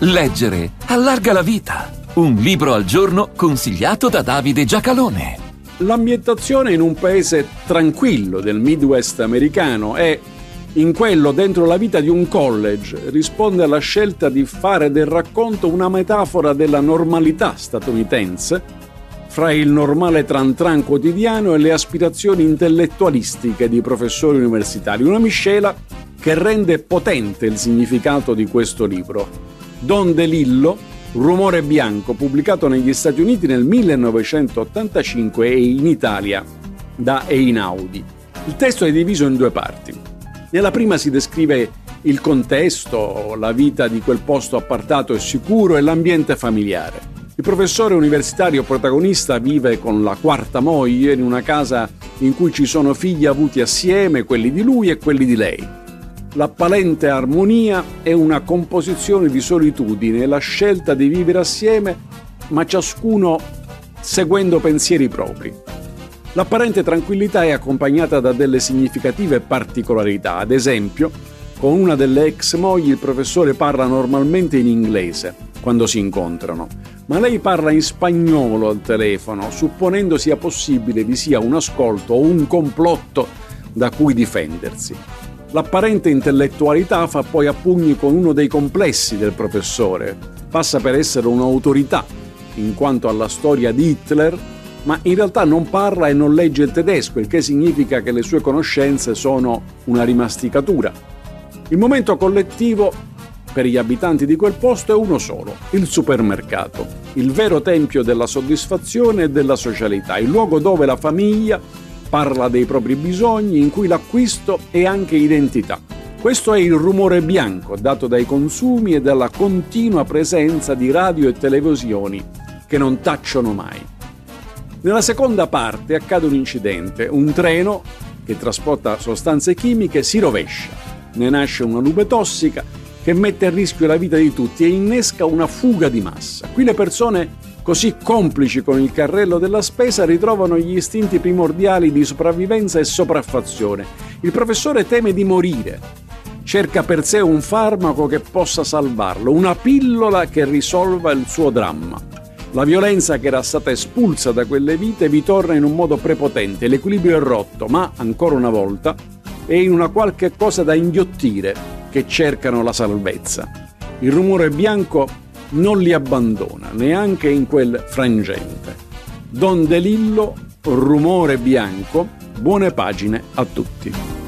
Leggere allarga la vita. Un libro al giorno consigliato da Davide Giacalone. L'ambientazione in un paese tranquillo del Midwest americano è, in quello dentro la vita di un college, risponde alla scelta di fare del racconto una metafora della normalità statunitense fra il normale tran tran quotidiano e le aspirazioni intellettualistiche di professori universitari, una miscela che rende potente il significato di questo libro. Don DeLillo, Rumore bianco, pubblicato negli Stati Uniti nel 1985 e in Italia da Einaudi. Il testo è diviso in due parti. Nella prima si descrive il contesto, la vita di quel posto appartato e sicuro e l'ambiente familiare. Il professore universitario protagonista vive con la quarta moglie in una casa in cui ci sono figli avuti assieme, quelli di lui e quelli di lei. L'appalente armonia è una composizione di solitudine e la scelta di vivere assieme, ma ciascuno seguendo pensieri propri. L'apparente tranquillità è accompagnata da delle significative particolarità. Ad esempio, con una delle ex mogli il professore parla normalmente in inglese quando si incontrano, ma lei parla in spagnolo al telefono, supponendo sia possibile vi sia un ascolto o un complotto da cui difendersi. L'apparente intellettualità fa poi a pugni con uno dei complessi del professore. Passa per essere un'autorità in quanto alla storia di Hitler, ma in realtà non parla e non legge il tedesco, il che significa che le sue conoscenze sono una rimasticatura. Il momento collettivo per gli abitanti di quel posto è uno solo: il supermercato, il vero tempio della soddisfazione e della socialità, il luogo dove la famiglia parla dei propri bisogni, in cui l'acquisto è anche identità. Questo è il rumore bianco dato dai consumi e dalla continua presenza di radio e televisioni che non tacciono mai. Nella seconda parte accade un incidente. Un treno che trasporta sostanze chimiche si rovescia. Ne nasce una nube tossica che mette a rischio la vita di tutti e innesca una fuga di massa. Qui le persone, così complici con il carrello della spesa, ritrovano gli istinti primordiali di sopravvivenza e sopraffazione. Il professore teme di morire. Cerca per sé un farmaco che possa salvarlo, una pillola che risolva il suo dramma. La violenza che era stata espulsa da quelle vite vi torna in un modo prepotente. L'equilibrio è rotto, ma, ancora una volta, è in una qualche cosa da inghiottire che cercano la salvezza. Il rumore bianco non li abbandona, neanche in quel frangente. Don DeLillo, Rumore bianco, buone pagine a tutti.